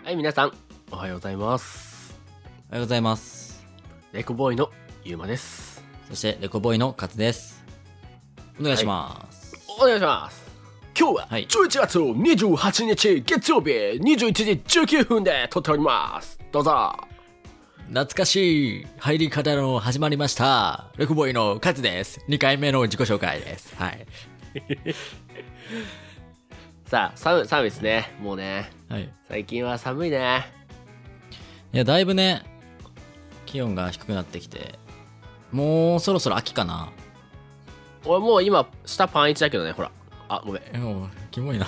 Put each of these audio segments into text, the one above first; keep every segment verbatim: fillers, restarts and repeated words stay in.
はい、皆さんおはようございます。 おはようございます。 レコボーイのゆうまです。 そしてレコボーイのカツです。お願いします、 はい、お願いします。今日はじゅういちがつにじゅうはちにち月曜日にじゅういちじじゅうきゅうふんで撮っております。どうぞ。 懐かしい入り方の始まりました。レコボーイのカツです。にかいめの自己紹介です。はいさあ、寒い寒いですね。もうね、はい、最近は寒いね。 いや、だいぶね気温が低くなってきて、もうそろそろ秋かな。 俺もう今下パンいちだけどね。ほら、あ、ごめん。 もうキモいな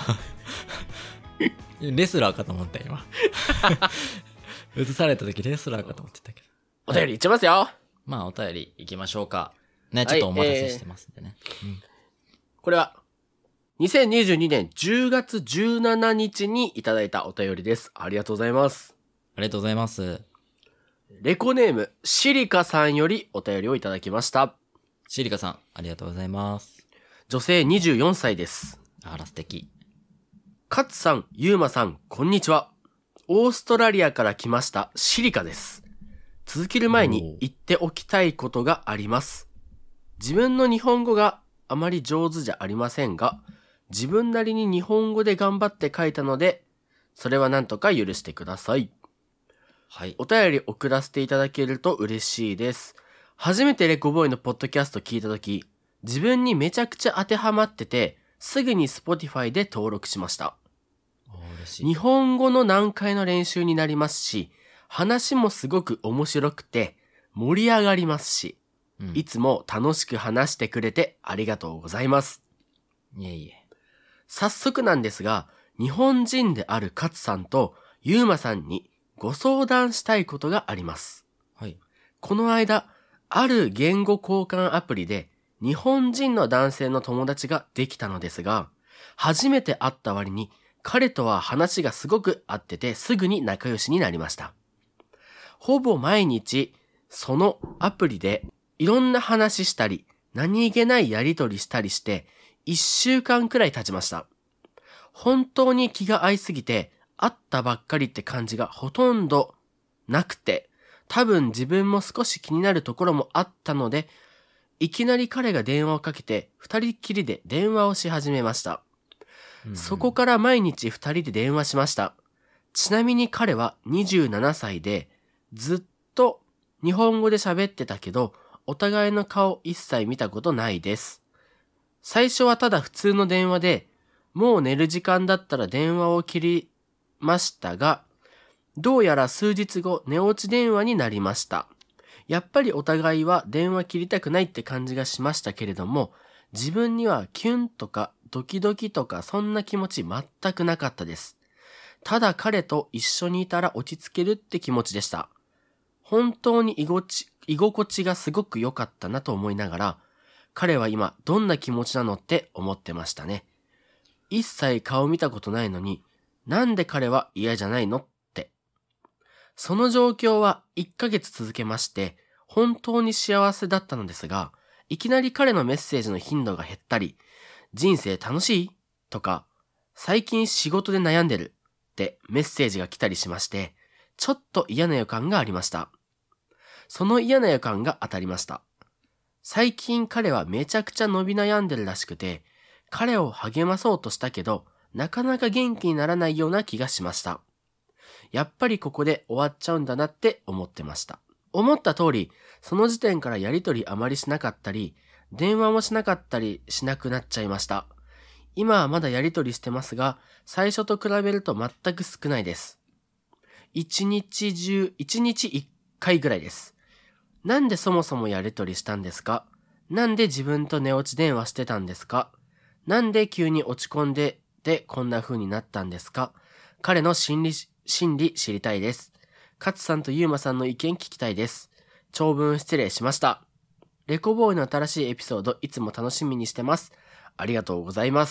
レスラーかと思った今映された時レスラーかと思ってたけど。 お便りいっちゃいますよ。 まあお便りいきましょうかね。ちょっとお待たせしてますんでね、はい、えーうん、 これはにせんにじゅうにねんじゅうがつじゅうしちにちにいただいたお便りです。ありがとうございます。 ありがとうございます。 レコネームシリカさんよりお便りをいただきました。 シリカさん、ありがとうございます。 女性にじゅうよんさいです。 あら素敵。 カツさん、ユーマさん、こんにちは。オーストラリアから来ましたシリカです。続ける前に言っておきたいことがあります。自分の日本語があまり上手じゃありませんが、自分なりに日本語で頑張って書いたので、それはなんとか許してください。はい。お便り送らせていただけると嬉しいです。初めてレコボーイのポッドキャスト聞いたとき、自分にめちゃくちゃ当てはまってて、すぐに Spotify で登録しました。嬉しい。日本語の難解の練習になりますし、話もすごく面白くて盛り上がりますし、うん、いつも楽しく話してくれてありがとうございます。 いえいえ。 早速なんですが、日本人であるカツさんとユーマさんにご相談したいことがあります。 はい。 この間、ある言語交換アプリで日本人の男性の友達ができたのですが、初めて会った割に彼とは話がすごく合っててすぐに仲良しになりました。ほぼ毎日そのアプリでいろんな話したり何気ないやりとりしたりしていっしゅうかんくらい経ちました。本当に気が合いすぎて会ったばっかりって感じがほとんどなくて、多分自分も少し気になるところもあったので、いきなり彼が電話をかけて二人っきりで電話をし始めました。うんうん、そこから毎日二人で電話しました。ちなみに彼はにじゅうななさいで、ずっと日本語で喋ってたけど、お互いの顔一切見たことないです。最初はただ普通の電話で、もう寝る時間だったら電話を切りましたが、どうやら数日後寝落ち電話になりました。やっぱりお互いは電話切りたくないって感じがしましたけれども、自分にはキュンとかドキドキとかそんな気持ち全くなかったです。ただ彼と一緒にいたら落ち着けるって気持ちでした。本当に居心地、居心地がすごく良かったなと思いながら、彼は今どんな気持ちなのって思ってましたね。一切顔見たことないのに、なんで彼は嫌じゃないのって。その状況はいっかげつ続けまして、本当に幸せだったのですが、いきなり彼のメッセージの頻度が減ったり、人生楽しいとか、最近仕事で悩んでるってメッセージが来たりしまして、ちょっと嫌な予感がありました。その嫌な予感が当たりました。最近彼はめちゃくちゃ伸び悩んでるらしくて、彼を励まそうとしたけど、なかなか元気にならないような気がしました。やっぱりここで終わっちゃうんだなって思ってました。思った通り、その時点からやりとりあまりしなかったり、電話もしなかったりしなくなっちゃいました。今はまだやりとりしてますが、最初と比べると全く少ないです。一日中、一日一回ぐらいです。なんでそもそもやりとりしたんですか？なんで自分と寝落ち電話してたんですか？なんで急に落ち込んででこんな風になったんですか？彼の心理、心理知りたいです。カツさんとユーマさんの意見聞きたいです。長文失礼しました。レコボーイの新しいエピソードいつも楽しみにしてます。ありがとうございます。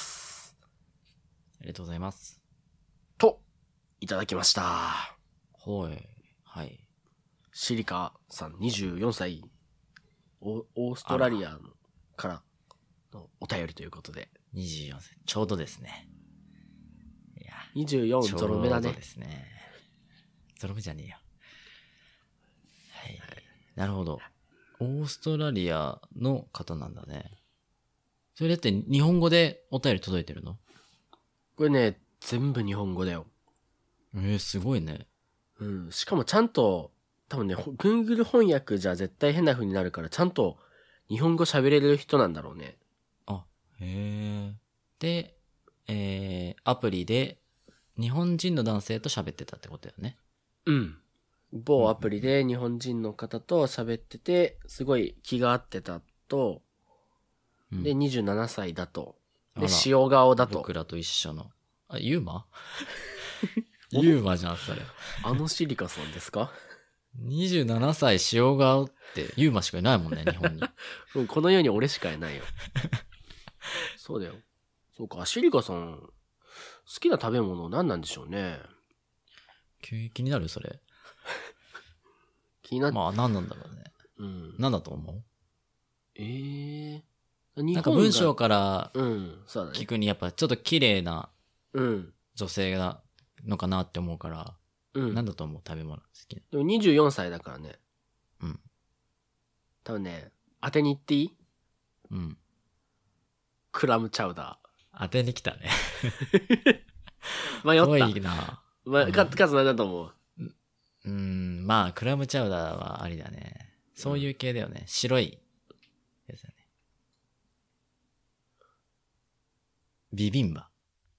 ありがとうございます。 と、いただきました。 はい。はい。 シリカさんにじゅうよんさい、オーストラリアからのお便りということで。 にじゅうよんさい、ちょうどですね。いや、 にじゅうよんゾロ目だね。 ちょうどですね。 ゾロ目じゃねえよ。はい。なるほど。オーストラリアの方なんだね。それだって日本語でお便り届いてるの？ これね、全部日本語だよ。 えー、すごいね。 うん。しかもちゃんと、多分ね、Google 翻訳じゃ絶対変な風になるから、ちゃんと日本語喋れる人なんだろうね。 あ、へえ。で、えー、アプリで日本人の男性と喋ってたってことだよね。 うん。某アプリで日本人の方と喋ってて、すごい気が合ってたと、 うん、 で、にじゅうななさいだと。で、 あら塩顔だと。 僕らと一緒の。あ、ユーマユーマじゃん、それ。 あのシリカさんですか？ にじゅうななさい塩顔ってユーマしかいないもんね、日本に。 うん、この世に俺しかいないよ。そうだよ。そうか、シリカさん、好きな食べ物何なんでしょうね。 気気になるそれ。 気になっまあ、何なんだろうね。 うん。 何だと思う？ ええー。 なんか文章からうん、そうだね。 聞くにやっぱちょっと綺麗なうん。 女性なのかなって思うから、 うん。 何だと思う食べ物好きな。 でもにじゅうよんさいだからね。 うん。 多分ね、当てに行っていい？ うん。 クラムチャウダ当てに来たね。 ー。迷った。 多いな。 まあ、 うん、 か、かつなんだと思う。 うーん、まあ、クラムチャウダーはありだね。そういう系だよね。白いやつだね。ビビンバ。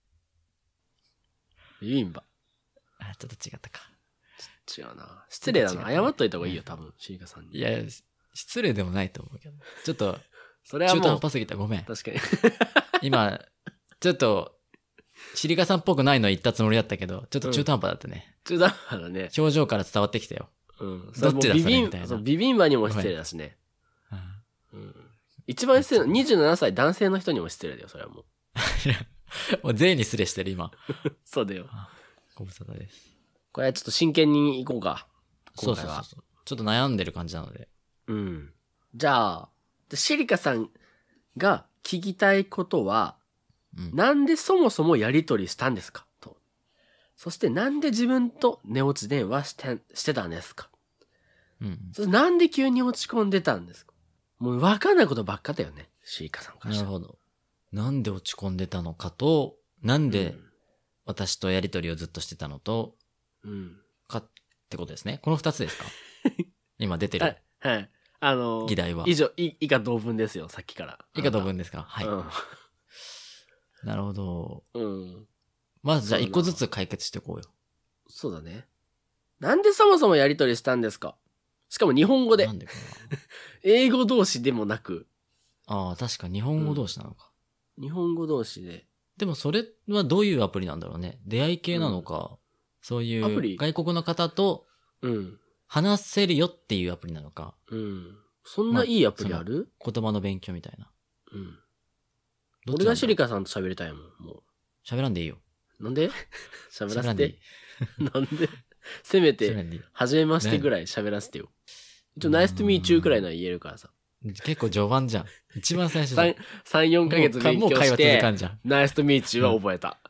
ビビンバ。 あ、ちょっと違ったか。 違うな。失礼だな。謝っといた方がいいよ、多分、シリカさんに。 いや、失礼でもないと思うけど。ちょっと、 それはもう中途半端すぎた。ごめん。 確かに。 今、ちょっと、シリカさんっぽくないの言ったつもりだったけど、ちょっと中途半端だったね。 中途半端だね。 表情から伝わってきたよ。 うん。 どっちだビビンそれみたいな。 そう、ビビンバにも失礼だしね。うん。一番失礼な、にじゅうななさい男性の人にも失礼だよ、それはもう。 もう全員に失礼してる、今。 そうだよ。 ご無沙汰です。 これはちょっと真剣に行こうか。 そうそうそうそう。ちょっと悩んでる感じなので。 うん。じゃあ、シリカさんが聞きたいことは、うん、なんでそもそもやりとりしたんですかと。そしてなんで自分と寝落ち電話して、してたんですか？うん。そしてなんで急に落ち込んでたんですか？もう分かんないことばっかだよね。シリカさんからしたら。 なるほど。なんで落ち込んでたのかと、なんで私とやりとりをずっとしてたのと、うん。かってことですね。この二つですか？今出てる。 はい。あのー、 議題は。 以上、以下同文ですよ、さっきから。 以下同文ですか？はい。うん、なるほど。うん。まずじゃあ一個ずつ解決していこうよ。 そうだね。なんでそもそもやりとりしたんですか？しかも日本語で。なんでかな。英語同士でもなく。 ああ、確か日本語同士なのか、 うん。日本語同士で。 でもそれはどういうアプリなんだろうね。出会い系なのか、うん、そういう外国の方と話せるよっていうアプリなのか。 うん。そんないいアプリある？ まあ、言葉の勉強みたいな。うん。 俺がシリカさんと喋りたいもん、もう。 喋らんでいいよ。 なんで喋らせて。なんでせめて、初めましてぐらい喋らせてよ。一応、ナイストゥミーチューくらいなら言えるからさ。 結構序盤じゃん。一番最初だ。 さん、よんかげつ勉強して、ナイストゥミーチューは覚えた。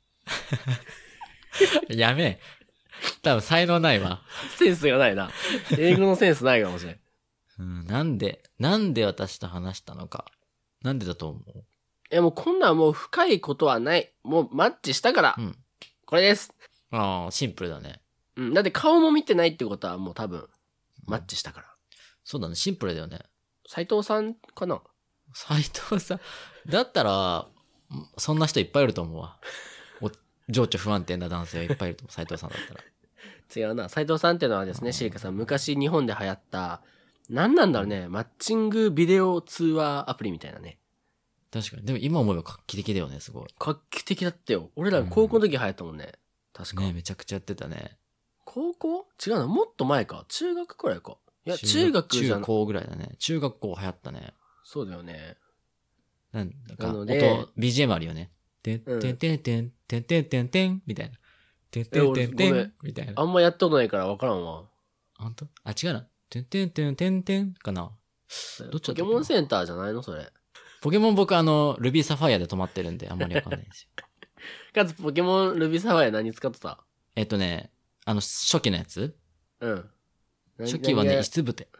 やめえ。多分才能ないわ。 センスがないな。英語のセンスないかもしれん。 うん、なんで、なんで私と話したのか。なんでだと思う？ いやもうこんなんもう深いことはない。もうマッチしたから。うん、これです。 ああ、シンプルだね。 うん。だって顔も見てないってことはもう多分、マッチしたから。うん、 そうだね。シンプルだよね。 斉藤さんかな？ 斉藤さん。だったら、そんな人いっぱいいると思うわ。情緒不安定な男性はいっぱいいると思う。斉藤さんだったら。 違うな。斉藤さんっていうのはですね、シリカさん、昔日本で流行った、何なんだろうね、マッチングビデオ通話アプリみたいなね。 確かに。でも今思えば画期的だよね、すごい。 画期的だったよ。俺ら高校の時流行ったもんね。うん、確か。 ね、めちゃくちゃやってたね。 高校？違うな、もっと前か。中学くらいか。いや、中学じゃ中高ぐらいだね。中学校流行ったね。 そうだよね。 なんだか、音、ビージーエム あるよね。てんてんてんてんてんてんてんてんてんみたいな。てんてんてんてんみたいな。 あんまやったことないから分からんわ。 ほんと？あ、違うな。てんてんてんてんてんかな。 どっちだった？ポケモンセンターじゃないのそれ。 ポケモン僕あの、ルビーサファイアで止まってるんであんまりわかんないんですよ。 かつポケモンルビーサファイア何使ってた？ えっとね、 あの、初期のやつうん。 初期はね、石つぶて。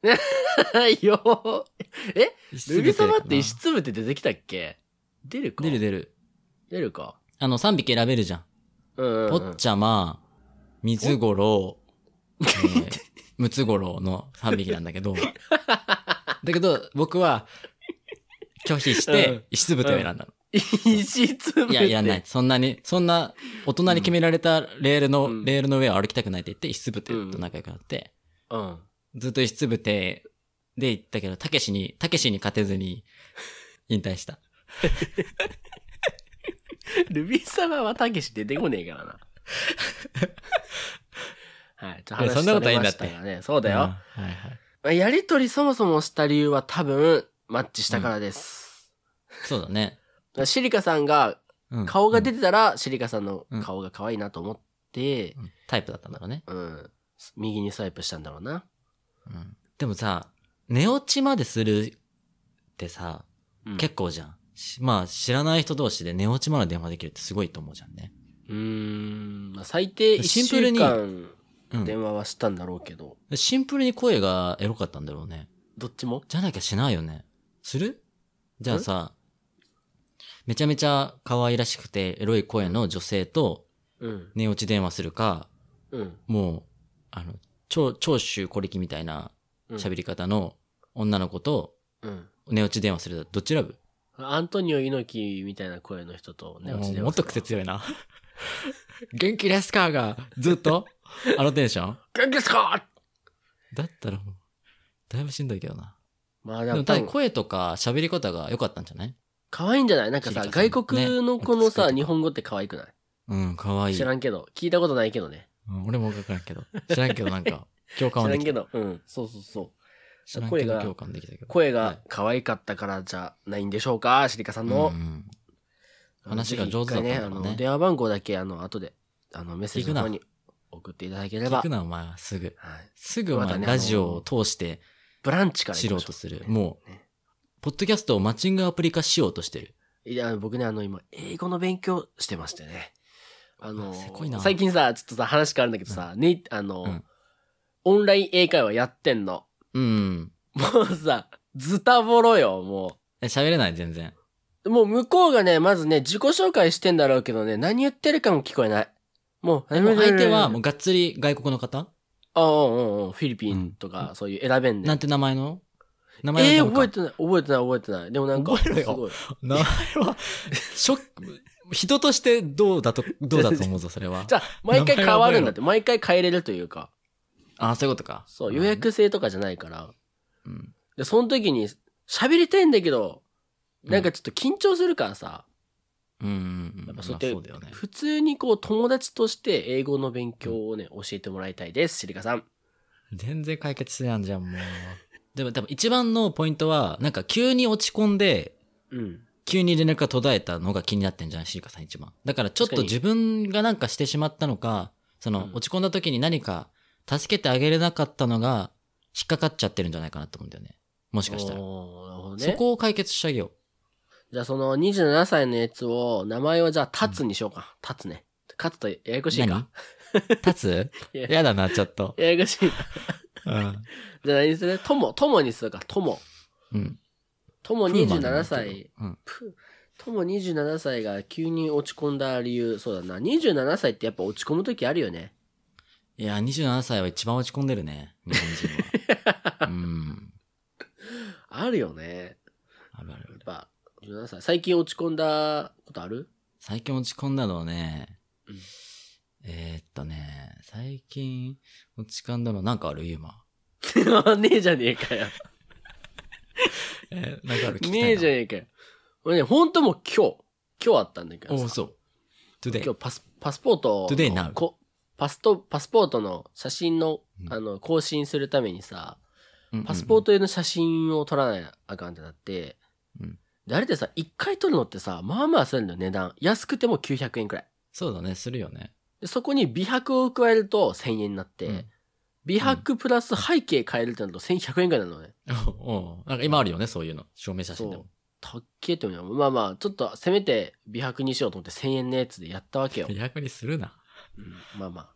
よえルビ様って石つぶて出てきたっけ？出るか？ 出る出る。 出るか。 あの、さんびき選べるじゃん。 うんうんうん、 ポッチャマ、水五郎、えー、ムツゴロウのさんびきなんだけど、だけど、僕は、拒否して、石つぶてを選んだの。 石つぶて。 いや、いらない。そんなに、そんな、大人に決められたレールの、うん、レールの上を歩きたくないって言って、石つぶてと仲良くなって、 うん。 ずっと石つぶてで行ったけど、たけしに、たけしに勝てずに、引退した。 ルビー様はたけし出てこねえからな。はい。ちょっと話そんなことはいいんだって。 ね、そうだよ。うん、 はいはい。 まあ、やりとりそもそもした理由は多分、マッチしたからです。 うん、そうだね。 シリカさんが、顔が出てたら、うん、シリカさんの顔が可愛いなと思って、 うん、タイプだったんだろうね。 うん。右にスワイプしたんだろうな。 うん。でもさ、寝落ちまでするってさ、うん、結構じゃん。まあ、知らない人同士で寝落ちまで電話できるってすごいと思うじゃんね。 うーん。まあ、最低いっしゅうかん電話はしたんだろうけど、 うん。シンプルに声がエロかったんだろうね。 どっちも？ じゃなきゃしないよね。する？じゃあさ、めちゃめちゃ可愛らしくてエロい声の女性と寝落ち電話するか、うん、もう、あの、超、超州小力みたいな喋り方の女の子と寝落ち電話するとどっち選ぶ？ アントニオ猪木みたいな声の人と寝落ち電話する。 もっと癖強いな。元気ですかがずっとあのテンション元気ですかだったらもう、だいぶしんどいけどな。 まあでも多分声とか喋り方が良かったんじゃない？ 可愛いんじゃない？なんかさ、外国の子のさ、ね、日本語って可愛くない？ うん、可愛い。 知らんけど。聞いたことないけどね。 うん、俺もわからんけど。知らんけどなんか、共感はできた。 知らんけど、うん。そうそうそう。 知らんけど共感できたけど。 声が可愛かったからじゃないんでしょうか、シリカさんの。うんうん、 話が上手だったんだろうね。 ね、あの、電話番号だけ、あの、後で、あの、メッセージの方に送っていただければ。 聞くな、お前は、すぐ。はい、すぐお前、ね、ラジオを通して、 ブランチから知ろうとする。もう、ね、ポッドキャストをマッチングアプリ化しようとしてる。 いや、僕ね、あの、今、英語の勉強してましてね。あの、最近さ、ちょっとさ、話変わるんだけどさ、うん、ね、あの、うん、オンライン英会話やってんの。 うん。 もうさ、ズタボロよ、もう。 え、喋れない、全然。 もう向こうがね、まずね、自己紹介してんだろうけどね、何言ってるかも聞こえない。もう、 もう相手は、もうがっつり外国の方？ ああ、うんうん、フィリピンとか、そういう選べんね、 うん。なんて名前の名前のえー、覚えてない、覚えてない、覚えてない。でもなんか、 覚えろよ。すごい。名前は、ショック、人としてどうだと、どうだと思うぞ、それは。 じゃあ、毎回変わるんだって。毎回変えれるというか。 ああ、そういうことか。 そう、予約制とかじゃないから。 うん。 で、その時に、喋りたいんだけど、なんかちょっと緊張するからさ。 うん。うん。 やっぱそうやって、まあ、そうだよね。普通にこう、友達として英語の勉強をね、教えてもらいたいです、シリカさん。 全然解決してやんじゃん、もう。でも多分一番のポイントは、なんか急に落ち込んで、 うん。 急に連絡が途絶えたのが気になってんじゃないシリカさん一番。だからちょっと自分がなんかしてしまったのか、その、落ち込んだ時に何か助けてあげれなかったのが引っかかっちゃってるんじゃないかなと思うんだよね。もしかしたら。 なるほどね。 そこを解決してあげよう。 じゃあそのにじゅうななさいのやつを、名前をじゃあタツにしようか。タツね。カツとややこしいか。 タツやだな、ちょっと。 ややこしい。 うん。 じゃあ何する？トモ、トモにするか、トモ。 うん。 トモにじゅうななさい。うん。トモにじゅうななさいが急に落ち込んだ理由、そうだな。にじゅうななさいってやっぱ落ち込むときあるよね。 いや、にじゅうななさいは一番落ち込んでるね。日本人は。うん。 あるよね。 あるある。 やっぱ、じゅうななさい。最近落ち込んだことある？ 最近落ち込んだのはね、 うん、 えー、っとね、最近落ち込んだのなんかある？ユーマ。 ねえじゃねえかよ。 えー、なんかある？聞きたいな。 ねえじゃねえかよ。俺ね、ほんともう今日、今日あったんだけどさ。 おそう。 today。今日パス、パスポート。 today now。 こパスト、パスポートの写真の、うん、あの、更新するためにさ、うんうんうん、パスポート用の写真を撮らないあかんってなって、 うん、 で、あれってさ、一回撮るのってさ、まあまあするんだよ、値段。安くてもきゅうひゃくえんくらい。 そうだね、するよね。 で、そこに美白を加えるとせんえんになって、うん、美白プラス背景変えるってなるとせんひゃくえんくらいなのね。 おおなんか今あるよね、そういうの。証明写真でも。 たっけって思う。まあまあ、ちょっとせめて美白にしようと思ってせんえんのやつでやったわけよ。 美白にするな。 うん、まあまあ。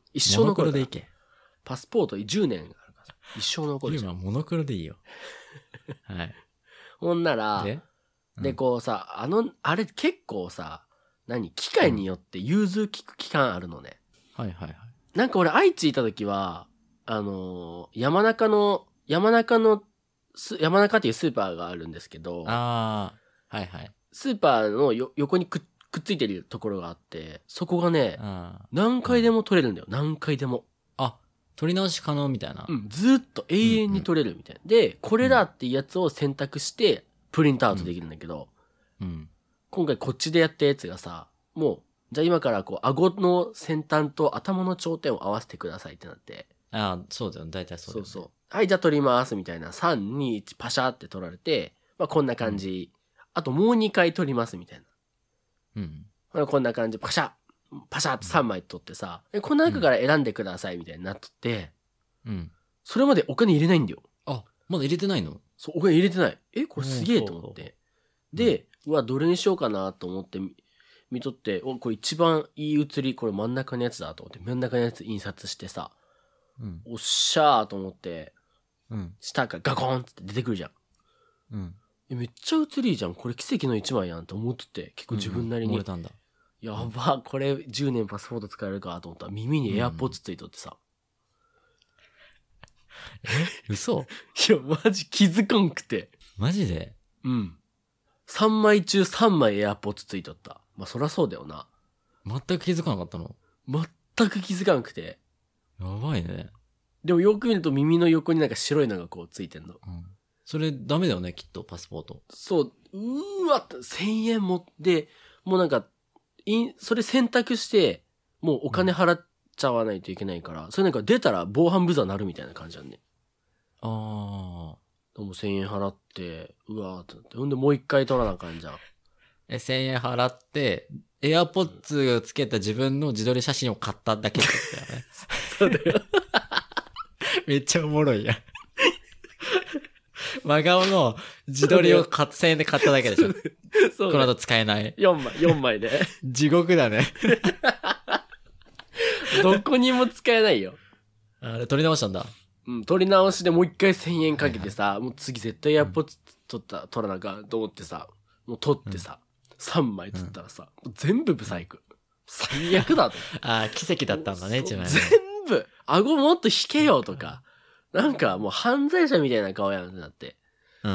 一生残るから。 モノクロでいけ。 パスポートじゅうねんあるからさ。一生残るじゃん。 今モノクロでいいよ。はい。 ほんなら、で、うん、でこうさ、あの、あれ結構さ、何機械によって融通聞く期間あるのね。 うん、はいはいはい。 なんか俺愛知いた時は、あのー、山中の、山中の、山中っていうスーパーがあるんですけど、 ああ、はいはい。 スーパーのよ横にくっくっついてるところがあって、そこがね、何回でも取れるんだよ。何回でも。 あ、取り直し可能みたいな。 うん、ずっと永遠に取れるみたいな。うんうん、で、これだっていうやつを選択してプリントアウトできるんだけど、 うんうん、 今回こっちでやったやつがさ、もう、じゃあ今からこう、顎の先端と頭の頂点を合わせてくださいってなって。 ああ、そうだよ。大体そうだよ、ね。 そうそう。はい、じゃあ取りますみたいな。さん、に、いち、パシャって取られて、まあこんな感じ。うん、あともうにかい取りますみたいな。うん。こんな感じ、パシャパシャってさんまい取ってさ、うん、この中から選んでくださいみたいになっとって、うん。それまでお金入れないんだよ。 あ、まだ入れてないの？ そう、お金入れてない。え、これすげえと思って。で、うわ、どれにしようかなと思って見とって、お、これ一番いい写り、これ真ん中のやつだと思って、真ん中のやつ印刷してさ、うん、おっしゃーと思って、うん、下からガコーンって出てくるじゃん。うん。え、めっちゃ写りいいじゃん。これ奇跡の一枚やんと思っとって、結構自分なりに。うんうん、 漏れたんだ。 やば、これじゅうねんパスポート使えるかと思ったら耳にエアポッツついとってさ。 うん、え嘘？ いや、マジ気づかんくて。 マジで？ うん。さんまい中さんまいエアポッツついとった。まあそりゃそうだよな。 全く気づかなかったの？ 全く気づかなくて。 やばいね。 でもよく見ると耳の横になんか白いのがこうついてんの。うん。 それダメだよね、きっと、パスポート。 そう、うーわって、せんえん持って、もうなんか、いそれ選択して、もうお金払っちゃわないといけないから、うん、それなんか出たら防犯ブザーなるみたいな感じなんね。ああ。でもせんえん払って、うわーってなって、ほんでもう一回取らなあかんじゃん。 え、せんえん払って、エアポッツをつけた自分の自撮り写真を買っただけってことだよね。そうだよ。めっちゃおもろいやん。真顔の自撮りをせんえんで買っただけでしょ。そうこの後使えない。 よんまい、よんまいで。 地獄だね。 どこにも使えないよ。 あれ、取り直したんだ。 うん、取り直しでもう一回せんえんかけてさ、はいはい、もう次絶対エアポッツ取った、取らなあかんと思ってさ、もう取ってさ、うん、さんまい取ったらさ、うん、全部ブサイク。最悪だと。 ああ、奇跡だったんだね、一番ね。 全部、顎もっと引けよとか。なんかもう犯罪者みたいな顔やんってなって。うん。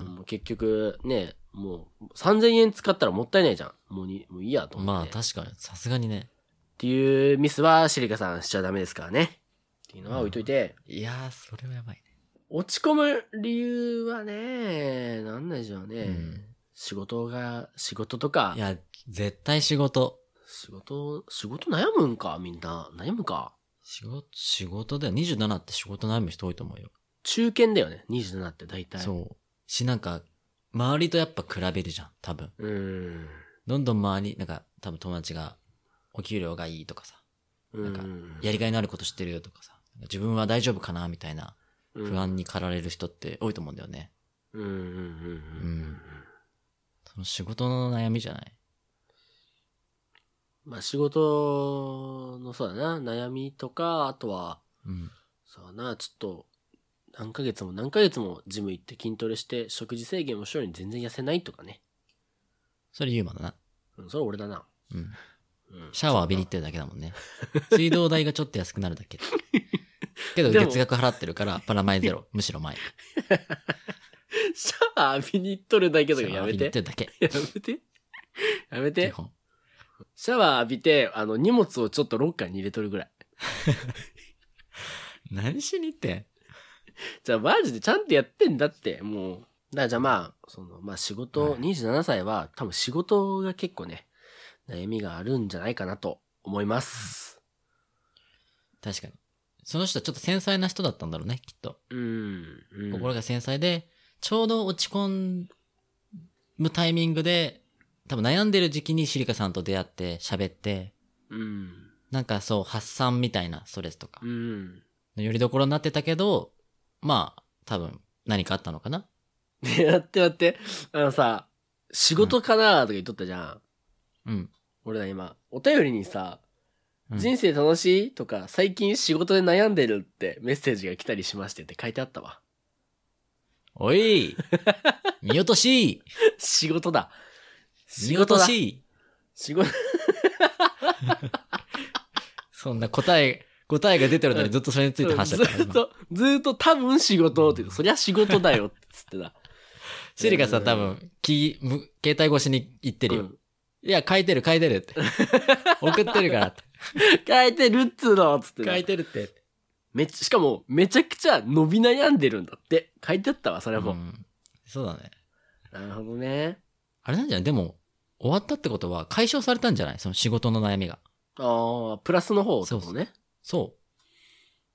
もう結局ね、もうさんぜんえん使ったらもったいないじゃん。もうに、もういいやと思って。 まあ確かに、さすがにね。 っていうミスはシリカさんしちゃダメですからね。っていうのは置いといて。 うん、いやー、それはやばいね。 落ち込む理由はね、なんでしょうね。うん、仕事が、仕事とか。 いや、絶対仕事。 仕事、仕事悩むんかみんな。悩むか。 仕事、仕事だよ。にじゅうななって仕事悩む人多いと思うよ。 中堅だよね。にじゅうななって大体。 そう。し、なんか、周りとやっぱ比べるじゃん。多分。うん。どんどん周り、なんか、多分友達が、お給料がいいとかさ。なんか、やりがいのあること知ってるよとかさ。自分は大丈夫かなみたいな、不安に駆られる人って多いと思うんだよね。うん。うん。うん。その仕事の悩みじゃない？ まあ仕事のそうだな、悩みとか、あとは、うん、そうだな、ちょっと、何ヶ月も何ヶ月もジム行って筋トレして食事制限をしように全然痩せないとかね。 それユーマだな。 うん、それ俺だな。うん。うん、 シャワー浴びに行ってるだけだもんね。水道代がちょっと安くなるだけ。けど月額払ってるからパラマイゼロ、むしろ前。 シャワー浴びに行っとるだけとかやめて。 シャワー浴びに行ってるだけ。 やめて。やめて。シャワー浴びて、あの、荷物をちょっとロッカーに入れとるぐらい。 何しに行ってん？ じゃあマジでちゃんとやってんだって、もう。だからじゃあまあ、その、まあ仕事、はい、にじゅうななさいは多分仕事が結構ね、悩みがあるんじゃないかなと思います。 確かに。その人はちょっと繊細な人だったんだろうね、きっと。うん。うん、心が繊細で、ちょうど落ち込むタイミングで、多分悩んでる時期にシリカさんと出会って喋って、うん、なんかそう発散みたいなストレスとか、うん、よりどころになってたけど、まあ多分何かあったのかな。 やって待って、あのさ、仕事かなーとか言っとったじゃん。うん。俺ら今お便りにさ、 うん、 人生楽しいとか、最近仕事で悩んでるってメッセージが来たりしましてって書いてあったわ。 おい見落とし仕事だ。 仕事だ。見落とし仕事そんな答え、答えが出てるのにずっとそれについて話しちゃった。 ずっと、ずっと多分仕事って言うと、そりゃ仕事だよってつってた。 シリがさ、多分、き、携帯越しに言ってるよ。うん、いや、書いてる書いてるって。送ってるからって。 書いてるっつうのつって。 書いてるって。 めっちゃ、しかも、めちゃくちゃ伸び悩んでるんだって。書いてあったわ、それも。うん、 そうだね。 なるほどね。 あれなんじゃない？でも、終わったってことは解消されたんじゃない？その仕事の悩みが。 ああ、プラスの方ってことね。 そう。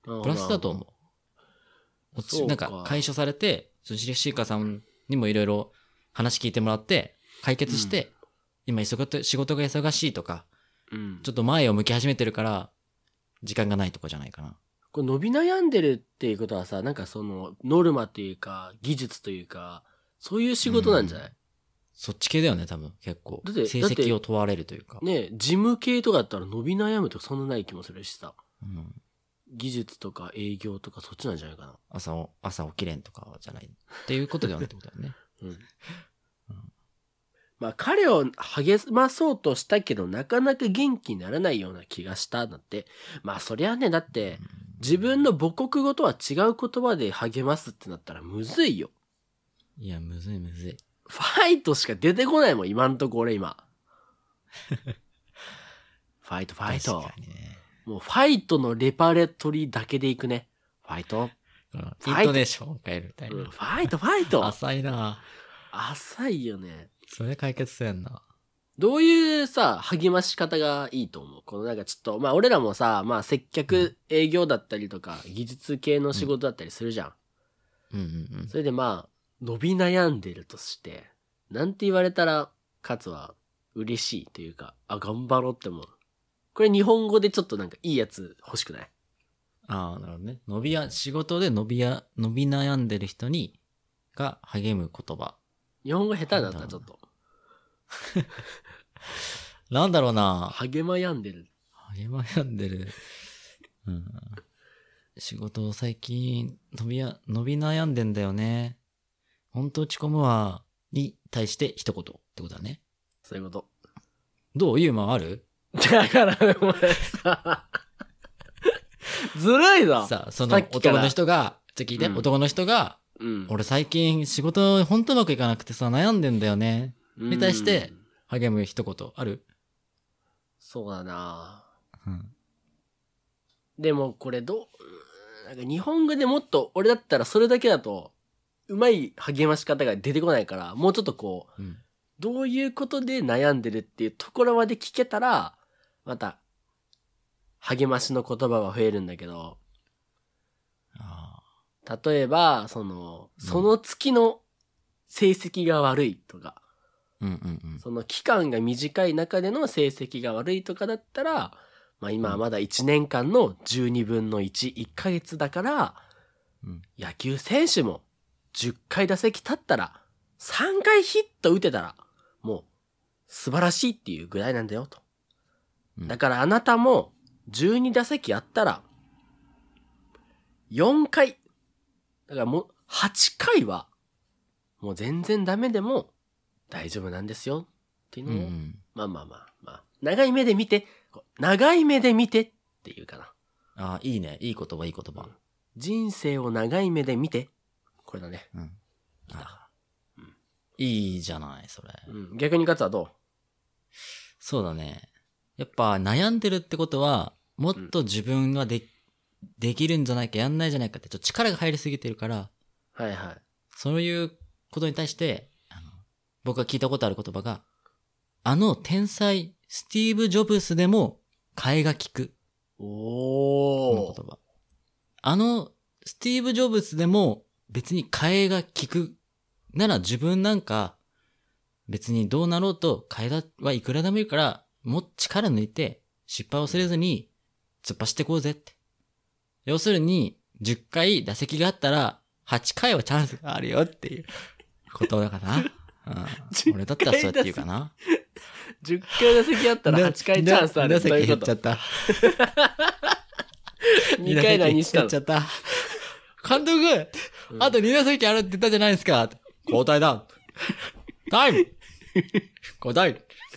そうプラスだと思う。そうなんか解消されて、シーカーさんにもいろいろ話聞いてもらって、解決して、うん、今忙仕事が忙しいとか、うん、ちょっと前を向き始めてるから、時間がないとかじゃないかな。 これ伸び悩んでるっていうことはさ、なんかその、ノルマというか、技術というか、そういう仕事なんじゃない？うん、 そっち系だよね、多分、結構。だって、成績を問われるというか。 ね、事務系とかだったら伸び悩むとかそんなない気もするしさ。うん、技術とか営業とかそっちなんじゃないかな。 朝を、朝起きれんとかじゃない。っていうことではないってことだよね。うん。うん、 まあ彼を励まそうとしたけど、なかなか元気にならないような気がしたんだって。まあそりゃね、だって、自分の母国語とは違う言葉で励ますってなったらむずいよ。 いや、むずいむずい。 ファイトしか出てこないもん、今んとこ俺今。ファイト、ファイト。確かにね。もうファイトのレパレトリだけでいくね。ファイト。 イントネーションを変えるみたいな、 うん。ファイト、ファイト。 浅いな。 浅いよね。 それ解決せんな。 どういうさ、励まし方がいいと思う？このなんかちょっと、まあ俺らもさ、まあ接客営業だったりとか、技術系の仕事だったりするじゃん。 うんうんうん。 それでまあ、伸び悩んでるとして、なんて言われたら、かつは嬉しいというか、あ、頑張ろうって思う。これ日本語でちょっとなんかいいやつ欲しくない？ ああ、なるほどね。伸びや、仕事で伸びや、伸び悩んでる人に、が励む言葉。 日本語下手だったちょっと。 なんだろうな。 励まやんでる。 励まやんでる。うん。仕事を最近、伸びや、伸び悩んでんだよね。ほんと落ち込むわ。に対して一言ってことだね。 そういうこと。 どういうまある？ だからお前さ、ずるいぞ。 さあ、その男の人が、ちょっと聞いて、うん、男の人が、うん、俺最近仕事ほんとうまくいかなくてさ、悩んでんだよね。に対して、励む一言ある？ そうだな、うん、でもこれどう、なんか日本語でもっと、俺だったらそれだけだと、うまい励まし方が出てこないから、もうちょっとこう、うん、どういうことで悩んでるっていうところまで聞けたら、また、励ましの言葉は増えるんだけど、あ例えば、その、その月の成績が悪いとか、 うんうんうん、 その期間が短い中での成績が悪いとかだったら、まあ今はまだいちねんかんのじゅうにぶんのいち、いっかげつだから、うん、野球選手もじゅっかい打席立ったら、さんかいヒット打てたら、もう素晴らしいっていうぐらいなんだよと。うん、だからあなたもじゅうに打席あったら、よんかい、だからもうはちかいは、もう全然ダメでも大丈夫なんですよっていうのを、うんうん、まあまあまあまあ、長い目で見て、長い目で見てっていうかな。 ああ、いいね。いい言葉、いい言葉、うん。 人生を長い目で見て、これだね。うん。 あうん、いいじゃない、それ。 うん。逆に勝つはどう？ そうだね。やっぱ悩んでるってことは、もっと自分はで、うん、できるんじゃないか、やんないじゃないかって、ちょっと力が入りすぎてるから、 はいはい。 そういうことに対して、あの、僕が聞いたことある言葉が、あの天才、スティーブ・ジョブスでも、替えが利く。 おー。 この言葉。あの、スティーブ・ジョブスでも、別に替えが利く。なら自分なんか、別にどうなろうと、替えはいくらでもいいから、もっと力抜いて、失敗をせずに、突っ走ってこうぜって。要するに、じゅっかい打席があったら、はちかいはチャンスがあるよっていうことだからな。うん、俺だったらそうやって言うかな。 じゅっかい打席あったらはちかいチャンスある。 に打席減っちゃった。 にかい何したの？ 減っちゃった。監督、うん、あとに打席あるって言ったじゃないですか。交代だ。タイム交代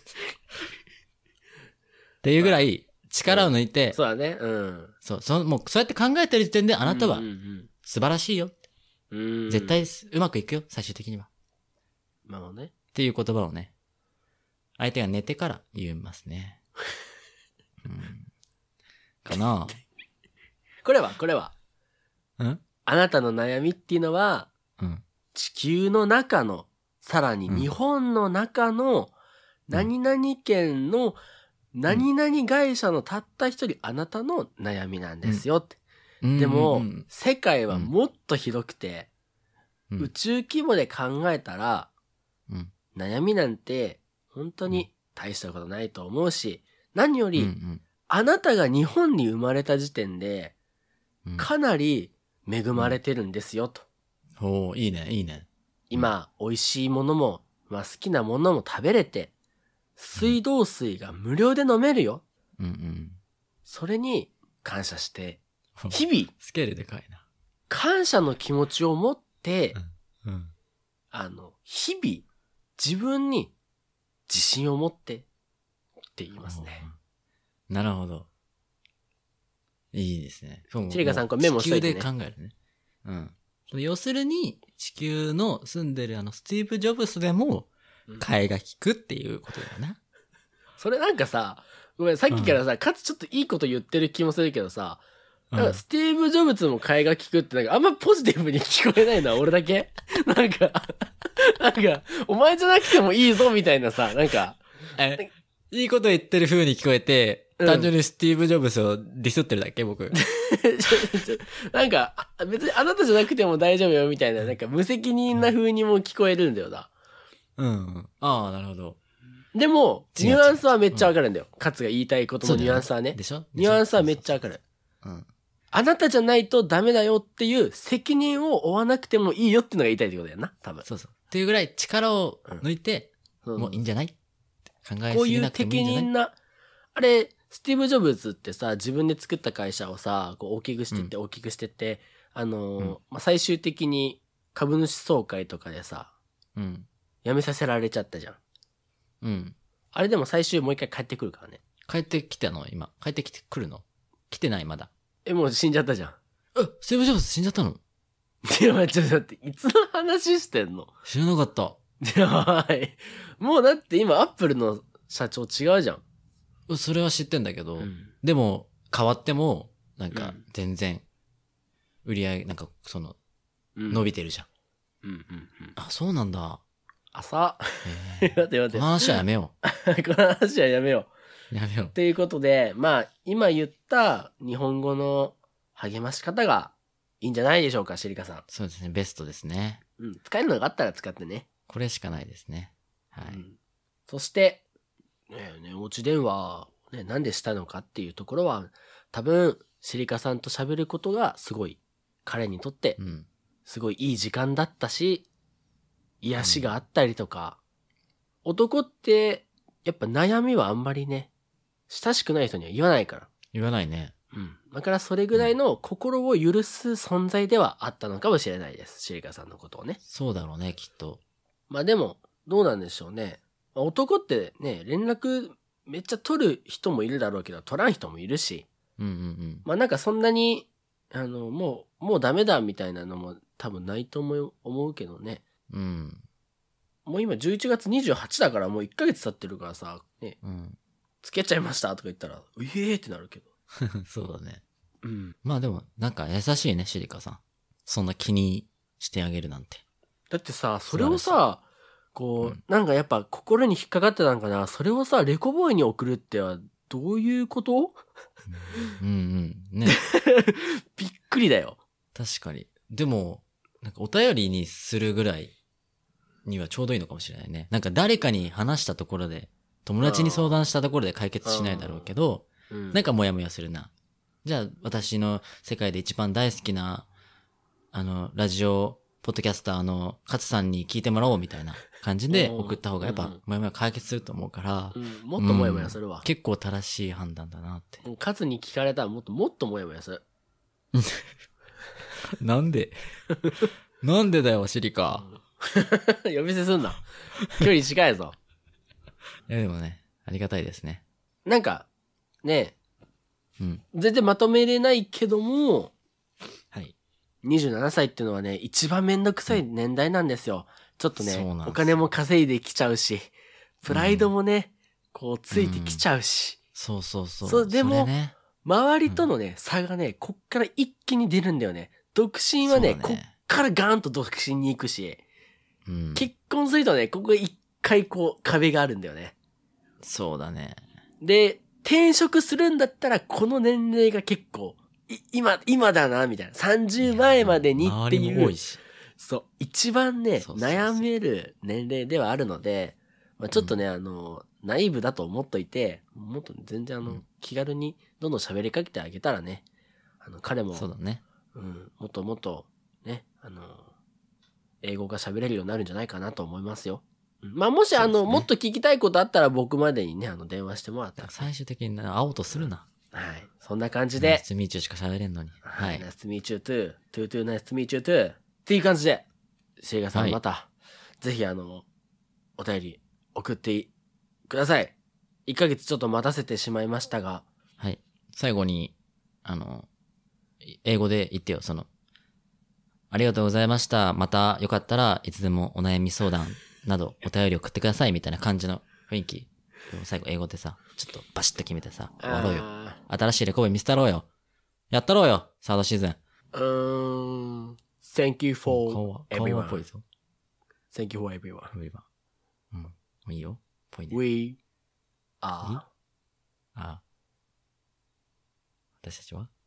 っていうぐらい力を抜いて、 うん、そうだね。うん。 そう、その、もうそうやって考えてる時点であなたは素晴らしいよ。 うんうんうん、 絶対うまくいくよ、最終的には。 まあね。 っていう言葉をね、相手が寝てから言いますね。うん、かなこれは、これは。 ん？ あなたの悩みっていうのは、 うん、 地球の中の、さらに日本の中の、何々県の何々会社のたった一人あなたの悩みなんですよって。うん、でも、うんうんうん、世界はもっと広くて、うん、宇宙規模で考えたら、うん、悩みなんて本当に大したことないと思うし、何より、うんうん、あなたが日本に生まれた時点で、かなり恵まれてるんですよと。 うん、おー、いいね、いいね。 今、美味しいものも、まあ好きなものも食べれて、水道水が無料で飲めるよ。 うんうん、 それに感謝して、日々、 スケールでかいな。 感謝の気持ちを持って、 うんうん、 あの、日々、自分に自信を持ってって言いますね。 なるほど。いいですね。 チリカさんこれメモしといてね。 地球で考えるね。うん。要するに、地球の住んでるあの、スティーブ・ジョブスでも、替えが利くっていうことだよな。 それなんかさ、ごめん、さっきからさ、うん、かつちょっといいこと言ってる気もするけどさ、なんかスティーブ・ジョブスも替えが利くってなんかあんまポジティブに聞こえないのは俺だけなんか、なんか、お前じゃなくてもいいぞみたいなさ、なんか。 え、いいこと言ってる風に聞こえて、うん、単純にスティーブ・ジョブスをディスってるだけ僕。 なんか、別にあなたじゃなくても大丈夫よみたいな、なんか無責任な風にも聞こえるんだよな。 うん。ああ、なるほど。 でも、ニュアンスはめっちゃわかるんだよ。カツが言いたいことのニュアンスはね。 でしょ？ ニュアンスはめっちゃわかる。 うん。 あなたじゃないとダメだよっていう責任を負わなくてもいいよってのが言いたいってことだよな、多分。 そうそう。っていうぐらい力を抜いて、うん、もういいんじゃないって考えすぎなくてもいいんじゃない？こういう適任な、あれ、スティーブ・ジョブズってさ、自分で作った会社をさ、こう大きくしてって大きくしてって、うん、あのー、うん、まあ、最終的に株主総会とかでさ、 うん。 辞めさせられちゃったじゃん。 うん。 あれでも最終もう一回帰ってくるからね。 帰ってきたの今。帰ってきてくるの？来てないまだ。 え、もう死んじゃったじゃん。 え、スティーブ・ジョブズ死んじゃったの？ いや、ちょっと待って、いつの話してんの？ 知らなかった。 やばい。もうだって今アップルの社長違うじゃん。 それは知ってんだけど、うん、でも変わっても、なんか全然、売り上げ、なんかその、伸びてるじゃん。 うんうんうん。 あ、そうなんだ。 朝。待って待って。 この話はやめよう。この話はやめよう。やめよう。 ということで、まあ、今言った日本語の励まし方がいいんじゃないでしょうか、シリカさん。 そうですね、ベストですね。 うん、使えるのがあったら使ってね。 これしかないですね。はい。うん、 そして、ねえ、寝落ち電話、ね、なんでしたのかっていうところは、多分、シリカさんと喋ることがすごい、彼にとって、すごいいい時間だったし、癒しがあったりとか、うん、男って、やっぱ悩みはあんまりね、親しくない人には言わないから。 言わないね。 うん。だからそれぐらいの心を許す存在ではあったのかもしれないです。シリカさんのことをね。 そうだろうね、きっと。 まあでも、どうなんでしょうね。男ってね、連絡めっちゃ取る人もいるだろうけど、取らん人もいるし。 うんうんうん。 まあなんかそんなに、あの、もう、もうダメだみたいなのも多分ないと思う、思うけどね。 うん。 もう今じゅういちがつにじゅうはちだからもういっかげつ経ってるからさ、ね。 うん。 付き合っちゃいましたとか言ったら、ええーってなるけど。 そうだね。 うん。 まあでも、なんか優しいね、シリカさん。そんな気にしてあげるなんて。 だってさ、それをさ、こう、うん、なんかやっぱ心に引っかかってたんかな。それをさ、レコボーイに送るっては、どういうこと？ うんうん。ね。 びっくりだよ。 確かに。でも、なんかお便りにするぐらいにはちょうどいいのかもしれないね。なんか誰かに話したところで、友達に相談したところで解決しないだろうけど、うん、なんかモヤモヤするな。じゃあ私の世界で一番大好きな、あの、ラジオ、ポッドキャスターの勝さんに聞いてもらおうみたいな感じで送った方がやっぱもやもや解決すると思うから、 うん、もっともやもやするわ、 うん、結構正しい判断だなって。 カツに聞かれたらもっともっともやもやする。 なんでなんでだよシリカ。 呼び捨てすんな。距離近いぞ。 いやでもね、ありがたいですね。 なんかね、 うん、 全然まとめれないけども、 はい。 にじゅうななさいっていうのはね、一番めんどくさい年代なんですよ。ちょっとね、 お金も稼いできちゃうし、プライドもね、うん、こうついてきちゃうし。 うん、そうそうそう。 そう、でも、 ね、 周りとのね、うん、差がね、こっから一気に出るんだよね。独身はね、ねこっからガーンと独身に行くし、 うん、 結婚するとね、ここ一回こう壁があるんだよね。 そうだね。 で、転職するんだったらこの年齢が結構、今、今だな、みたいな。さんじゅうまえまでにっていう。 多いし。 そう。一番ね、そうそうそう悩める年齢ではあるので、まあ、ちょっとね、うん、あの、ナイーブだと思っといて、もっと全然あの、うん、気軽にどんどん喋りかけてあげたらね、あの、彼も、 そうだね。 うん、もっともっと、ね、あの、英語が喋れるようになるんじゃないかなと思いますよ。うん、まあ、もしあの、ね、もっと聞きたいことあったら僕までにね、あの、電話してもらったら。 最終的に会おうとするな。 はい。そんな感じで。 ナイスミーチューしか喋れんのに。はい。 ナイスミーチュートゥー、トゥートゥーナイスミーチュートゥー。っていう感じで、シェイガさんまた、はい、ぜひあの、お便り送ってください。いっかげつちょっと待たせてしまいましたが。 はい。最後に、あの、英語で言ってよ、その、ありがとうございました。またよかったらいつでもお悩み相談などお便り送ってくださいみたいな感じの雰囲気。最後英語でさ、ちょっとバシッと決めてさ、終わろうよ。新しいレコード見せたろうよ。やったろうよ、サードシーズン。 うーん。Thank you for everyone. Thank you for everyone. うん。もういいよ。ぽいね。 We are. ああ。私たちは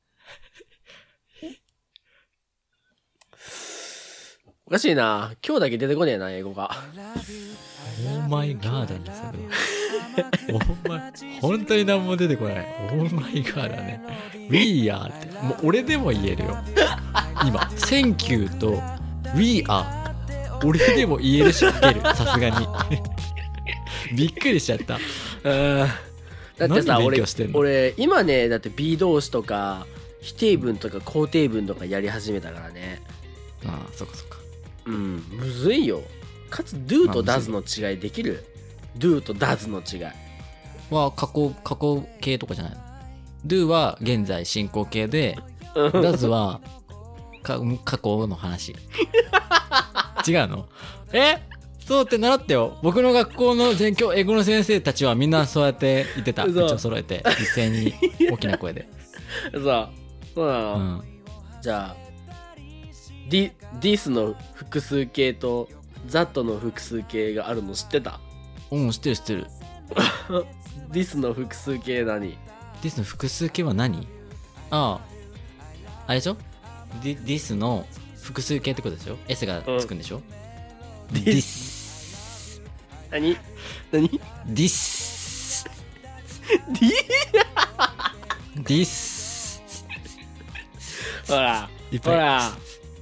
おかしいな。今日だけ出てこねえな、英語が。 オーマイガーだね、それは。オーマイ、本当に何も出てこない。オーマイガーだね。We are って、もう俺でも言えるよ。今、Thank you と We are。俺でも言えるし書ける。さすがに。びっくりしちゃった。 だってさ、俺、俺、今ね、だって be 動詞とか、否定文とか肯定文とかやり始めたからね。 ああ、そっかそっか。 うん、むずいよ。かつ do と does の違いできる？ do と does の違いは過去過去形とかじゃないの？ do は現在進行形でdoes はか過去の話。違うの？え？そうって習ってよ。僕の学校の全教英語の先生たちはみんなそうやって言ってた。口を揃えて一斉に大きな声で。 そうそうなの、うん、じゃあディ、ディスの複数形とザットの複数形があるの知ってた？ うん、知ってる知ってる。 ディスの複数形何？ ディスの複数形は何？ああ、あれでしょ？ディ、ディスの複数形ってことでしょ？ S がつくんでしょ？ うん、ディス。何？何？ ディス。 ディディス。 ほら、ほら。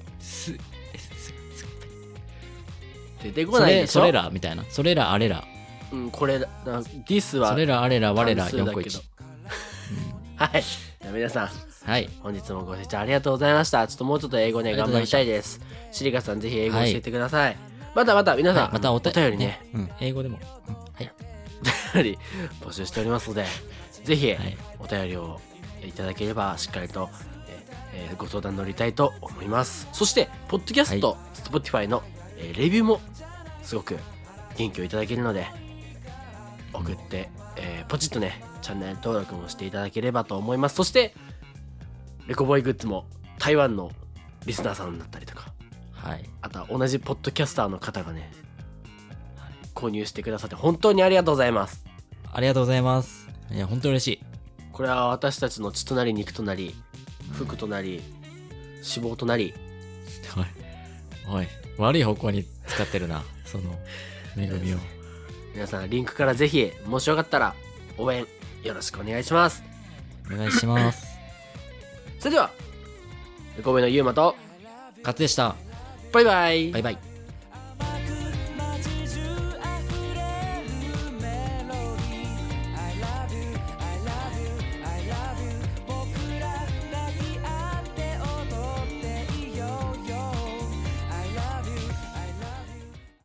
出てこないでしょ。 それ、それらみたいな。それらあれら。 うん、これ、ディスは。 それらあれら我らよんこいち。 はい。じゃあ皆さん。 はい。 本日もご視聴ありがとうございました。ちょっともうちょっと英語ね、頑張りたいです。シリカさんぜひ英語教えてください。はい、またまた皆さん、はい、 またお便りね、 ね、うん、英語でも。うん、はい。 お便り募集しておりますので、ぜひ、お便りをいただければしっかりと、えー、ご相談乗りたいと思います。そして、ポッドキャスト、はい、Spotify の、えー、レビューもすごく元気をいただけるので、送って、うん、えー、ポチッとね、チャンネル登録もしていただければと思います。そして、レコボーイグッズも台湾のリスナーさんだったりとか、 はい、 あとは同じポッドキャスターの方がね、はい、購入してくださって本当にありがとうございます。 ありがとうございます。いや本当に嬉しい。 これは私たちの血となり肉となり服となり脂肪となり、 おいおい悪い方向に使ってるなその恵みを。 皆さんリンクからぜひもしよかったら応援よろしくお願いします。 お願いします。 それではレコメのゆうまと勝でした。 バイバイ。 バイバイ。